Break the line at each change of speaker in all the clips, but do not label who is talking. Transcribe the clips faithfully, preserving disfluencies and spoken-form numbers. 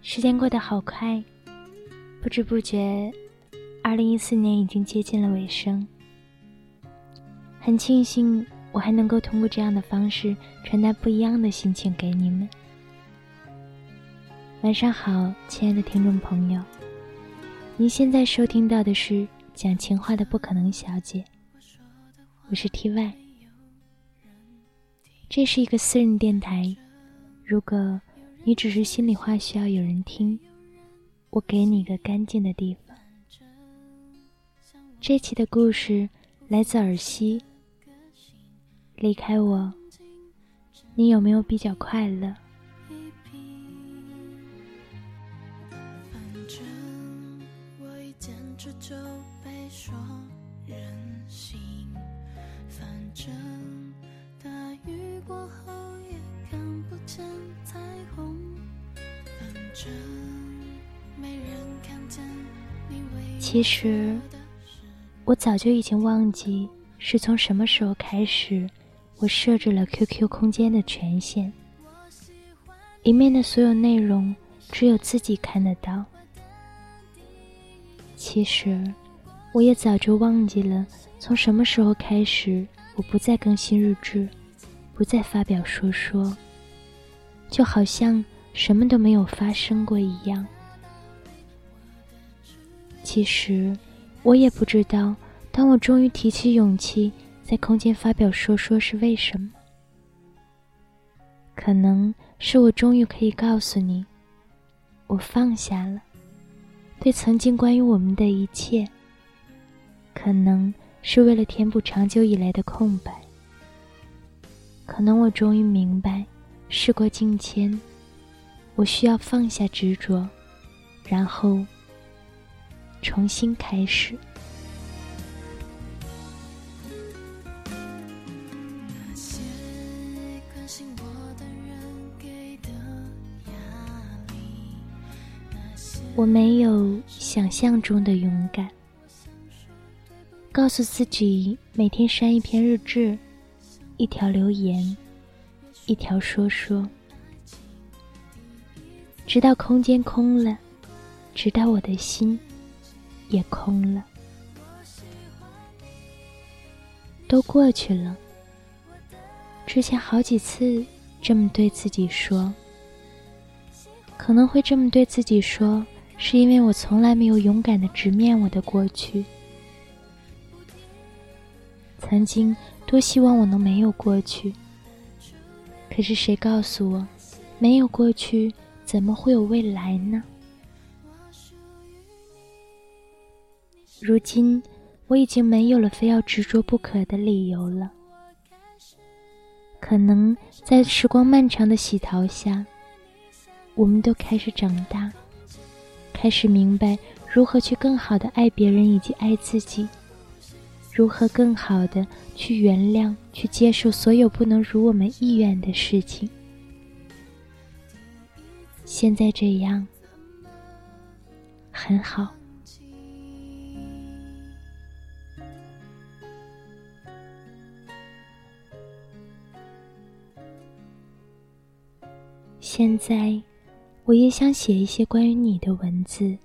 时间过得好快，不知不觉二零一四年已经接近了尾声。很庆幸我还能够通过这样的方式传达不一样的心情给你们。晚上好，亲爱的听众朋友，您现在收听到的是讲情话的不可能小姐，我是 T Y。 这是一个私人电台，如果你只是心里话需要有人听，我给你一个干净的地方。这期的故事来自尔西。离开我，你有没有比较快乐？
反正我一见着就被说任性，反正大雨过后也看不见彩虹，反正没人看见你为。
其实我早就已经忘记是从什么时候开始我设置了 Q Q 空间的权限，里面的所有内容只有自己看得到。其实我也早就忘记了从什么时候开始我不再更新日志，不再发表说说，就好像什么都没有发生过一样。其实我也不知道当我终于提起勇气在空间发表说说是为什么。可能是我终于可以告诉你，我放下了对曾经关于我们的一切。可能是为了填补长久以来的空白。可能我终于明白，事过境迁，我需要放下执着，然后重新开始。我没有想象中的勇敢，告诉自己每天删一篇日志，一条留言，一条说说，直到空间空了，直到我的心也空了。都过去了。之前好几次这么对自己说，可能会这么对自己说，是因为我从来没有勇敢地直面我的过去。曾经多希望我能没有过去，可是谁告诉我，没有过去怎么会有未来呢？如今我已经没有了非要执着不可的理由了。可能在时光漫长的洗淘下，我们都开始长大，开始明白如何去更好地爱别人以及爱自己，如何更好地去原谅，去接受所有不能如我们意愿的事情。现在这样很好。现在我也想写一些关于你的文字。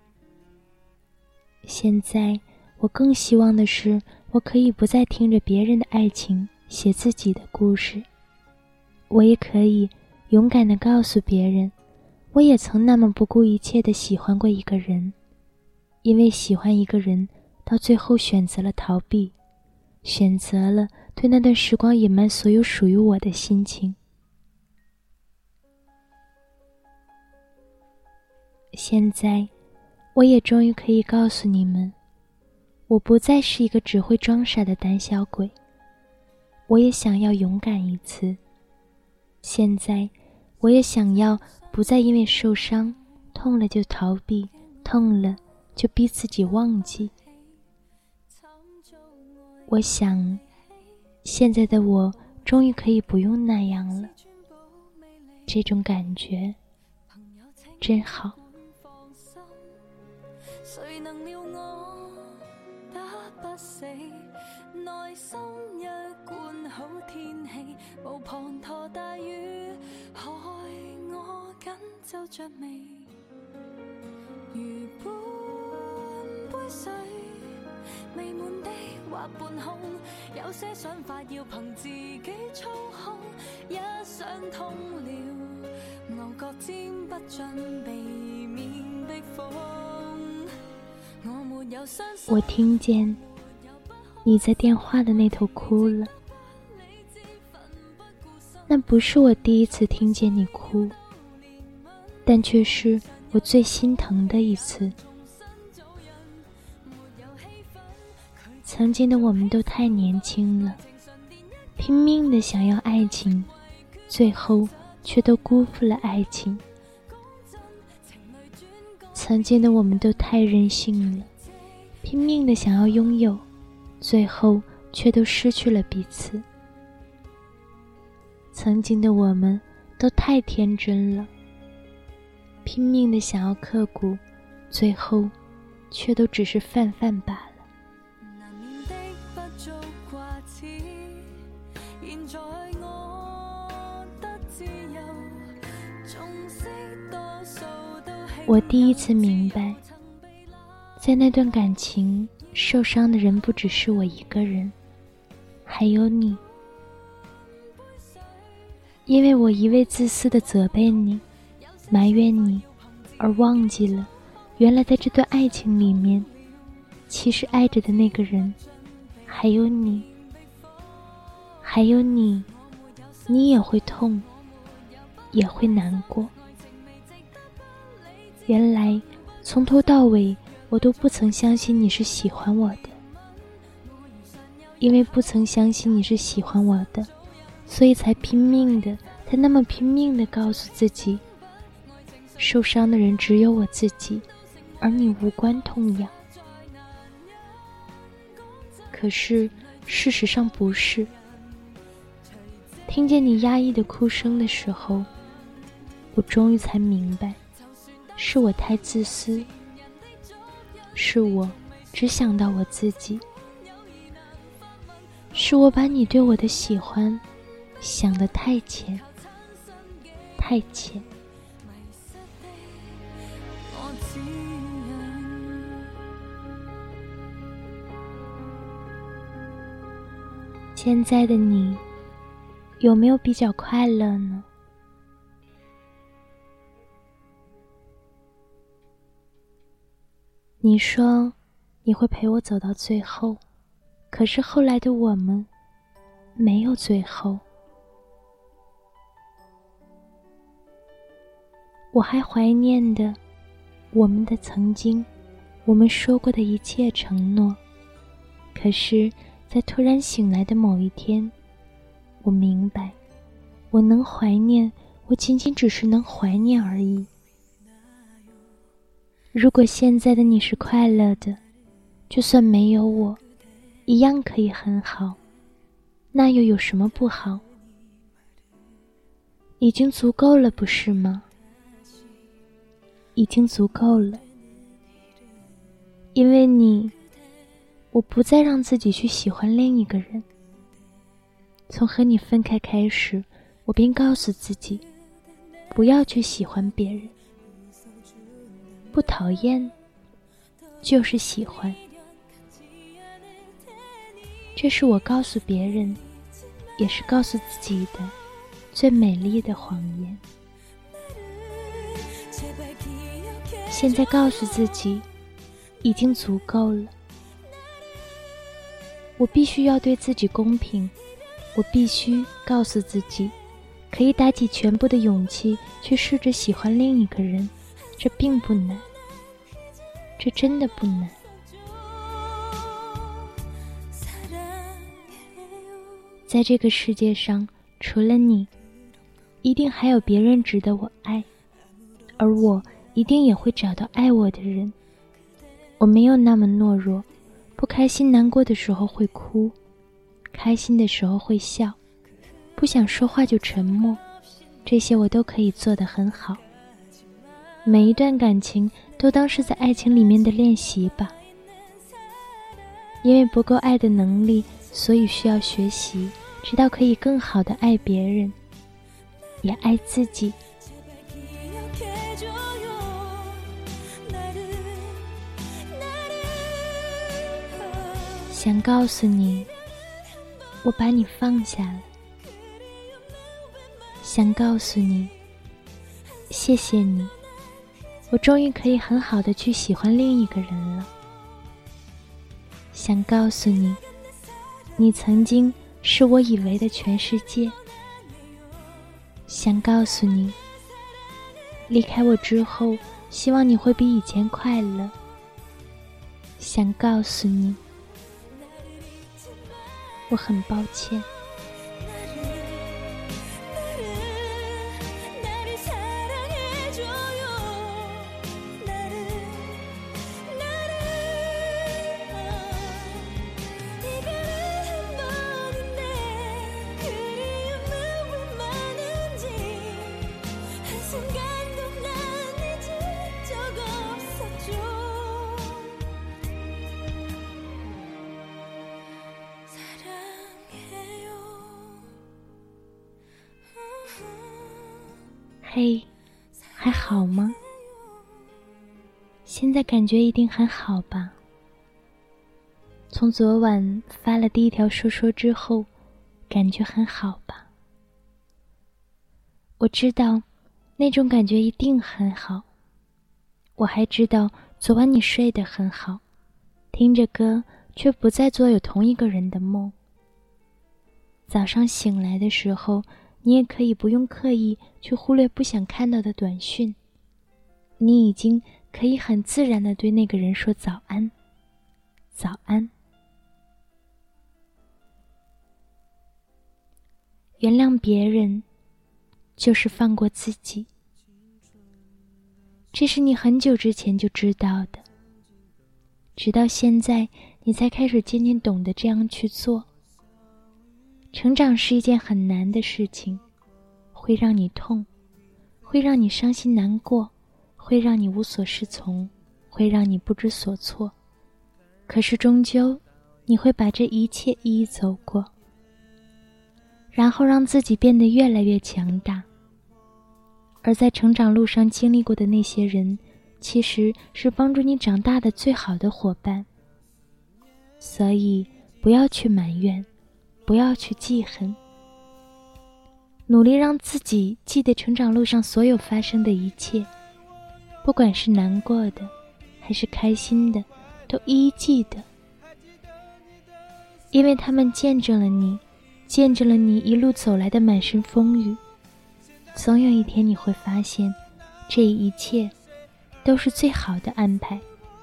现在我更希望的是，我可以不再听着别人的爱情写自己的故事，我也可以勇敢地告诉别人，我也曾那么不顾一切地喜欢过一个人，因为喜欢一个人到最后选择了逃避，选择了对那段时光隐瞒所有属于我的心情。现在我也终于可以告诉你们，我不再是一个只会装傻的胆小鬼，我也想要勇敢一次。现在我也想要不再因为受伤，痛了就逃避，痛了就逼自己忘记。我想现在的我终于可以不用那样了，这种感觉真好。
谁能料我打不死，内心一贯好天气，无滂沱大雨害我紧皱着眉， 水未滿的或半空，有些想法要憑自己操控，一想通了，牛角尖不准避免逼風。我沒有相信，
我聽見你在電話的那頭哭了，那不是我第一次聽見你哭，但卻是我最心疼的一次。曾經的我們都太年輕了，拼命的想要愛情，最後卻都辜負了愛情。曾經的我們都太任性了，拼命的想要擁有，最後卻都失去了彼此。曾經的我們都太天真了，拼命的想要刻骨，最後卻都只是泛泛罷了。
難免的不足掛齒，現在我得自由，縱使多數都希望。
我第一次明白，在那段感情受傷的人不只是我一個人，還有你。因為我一味自私的責備你，埋怨你，而忘記了原來在這段愛情裡面，其實愛着的那個人還有你，還有你，你也會痛，也會難過。原來從頭到尾我都不曾相信你是喜歡我的，因為不曾相信你是喜歡我的，所以才拼命的，才那麼拼命的告訴自己，受傷的人只有我自己，而你無關痛癢。可是事實上不是。聽見你壓抑的哭聲的時候，我終於才明白，是我太自私，是我只想到我自己，是我把你對我的喜歡想得太淺，太淺。現在的你有沒有比較快樂呢？你說你會陪我走到最後，可是後來的我們沒有最後。我還懷念的我們的曾經，我們說過的一切承諾，可是在突然醒來的某一天，我明白，我能懷念，我僅僅只是能懷念而已。如果現在的你是快樂的，就算沒有我，一樣可以很好，那又有什麼不好？已經足夠了，不是嗎？已經足夠了。因為你，我不再讓自己去喜歡另一個人。從和你分開開始，我便告訴自己，不要去喜歡別人。不討厭，就是喜歡。這是我告訴別人，也是告訴自己的最美麗的謊言。現在告訴自己，已經足夠了。我必須要對自己公平，我必須告訴自己，可以打起全部的勇氣去試着喜歡另一個人，這並不難，這真的不難。在這個世界上，除了你，一定還有別人值得我愛，而我一定也會找到愛我的人。我沒有那麼懦弱，不開心難過的時候會哭，開心的時候會笑，不想說話就沉默，這些我都可以做得很好。每一段感情都當是在愛情裡面的練習吧。因為不夠愛的能力，所以需要學習，直到可以更好地愛別人，也愛自己。 想告诉你，我把你放下了。想告诉你，谢谢你，我终于可以很好的去喜欢另一个人了。想告诉你，你曾经是我以为的全世界。想告诉你，离开我之后，希望你会比以前快乐。想告诉你，我很抱歉。嘿，还好吗？现在感觉一定很好吧？从昨晚发了第一条说说之后，感觉很好吧？我知道，那种感觉一定很好。我还知道，昨晚你睡得很好，听着歌，却不再做有同一个人的梦。早上醒来的时候，你也可以不用刻意去忽略不想看到的短讯，你已经可以很自然地对那个人说早安，早安。原谅别人，就是放过自己。这是你很久之前就知道的，直到现在，你才开始渐渐懂得这样去做。成长是一件很难的事情，会让你痛，会让你伤心难过，会让你无所适从，会让你不知所措。可是终究，你会把这一切一一走过，然后让自己变得越来越强大。而在成长路上经历过的那些人，其实是帮助你长大的最好的伙伴。所以，不要去埋怨，不要去记恨，努力让自己记得成长路上所有发生的一切，不管是难过的还是开心的，都一一记得，因为他们见证了你，见证了你一路走来的满身风雨。总有一天你会发现，这一切都是最好的安排。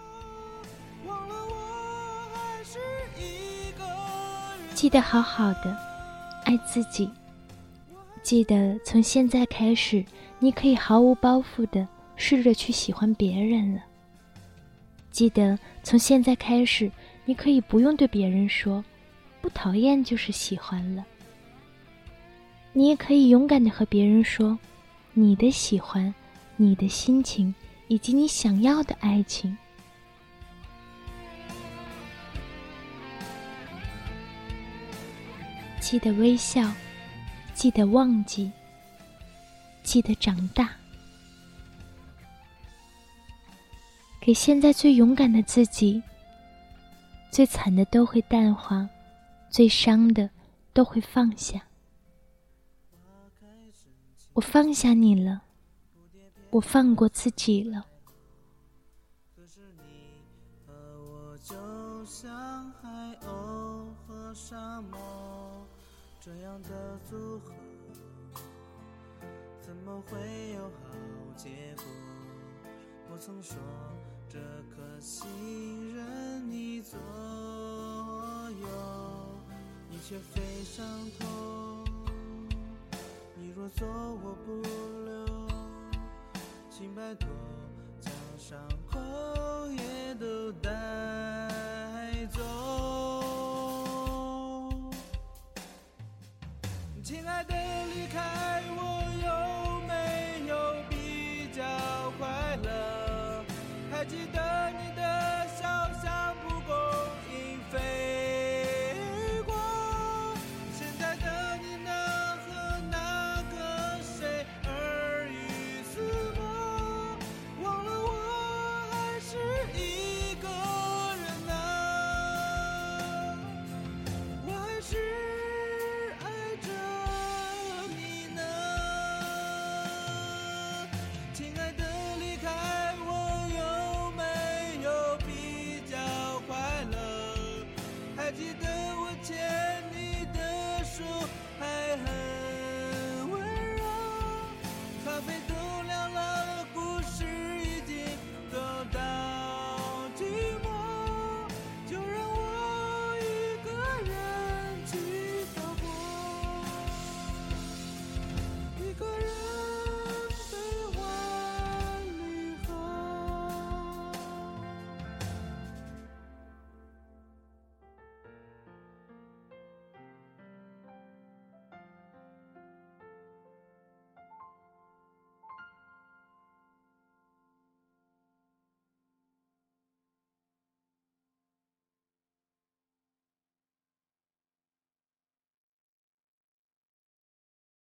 记得好好的爱自己，记得从现在开始，你可以毫无包袱的试着去喜欢别人了。记得从现在开始，你可以不用对别人说不讨厌就是喜欢了。你也可以勇敢地和别人说你的喜欢，你的心情，以及你想要的爱情。记得微笑，记得忘记，记得长大。给现在最勇敢的自己，最惨的都会淡化，最伤的都会放下。我放下你了，我放过自己了。
可是你和我就像海鸥和沙漠这样的组合，怎么会有好结果？我曾说这颗心任你左右，你却非常痛。你若走我不留，请拜托将伤口也都带走。亲爱的，离开我有没有比较快乐？还记得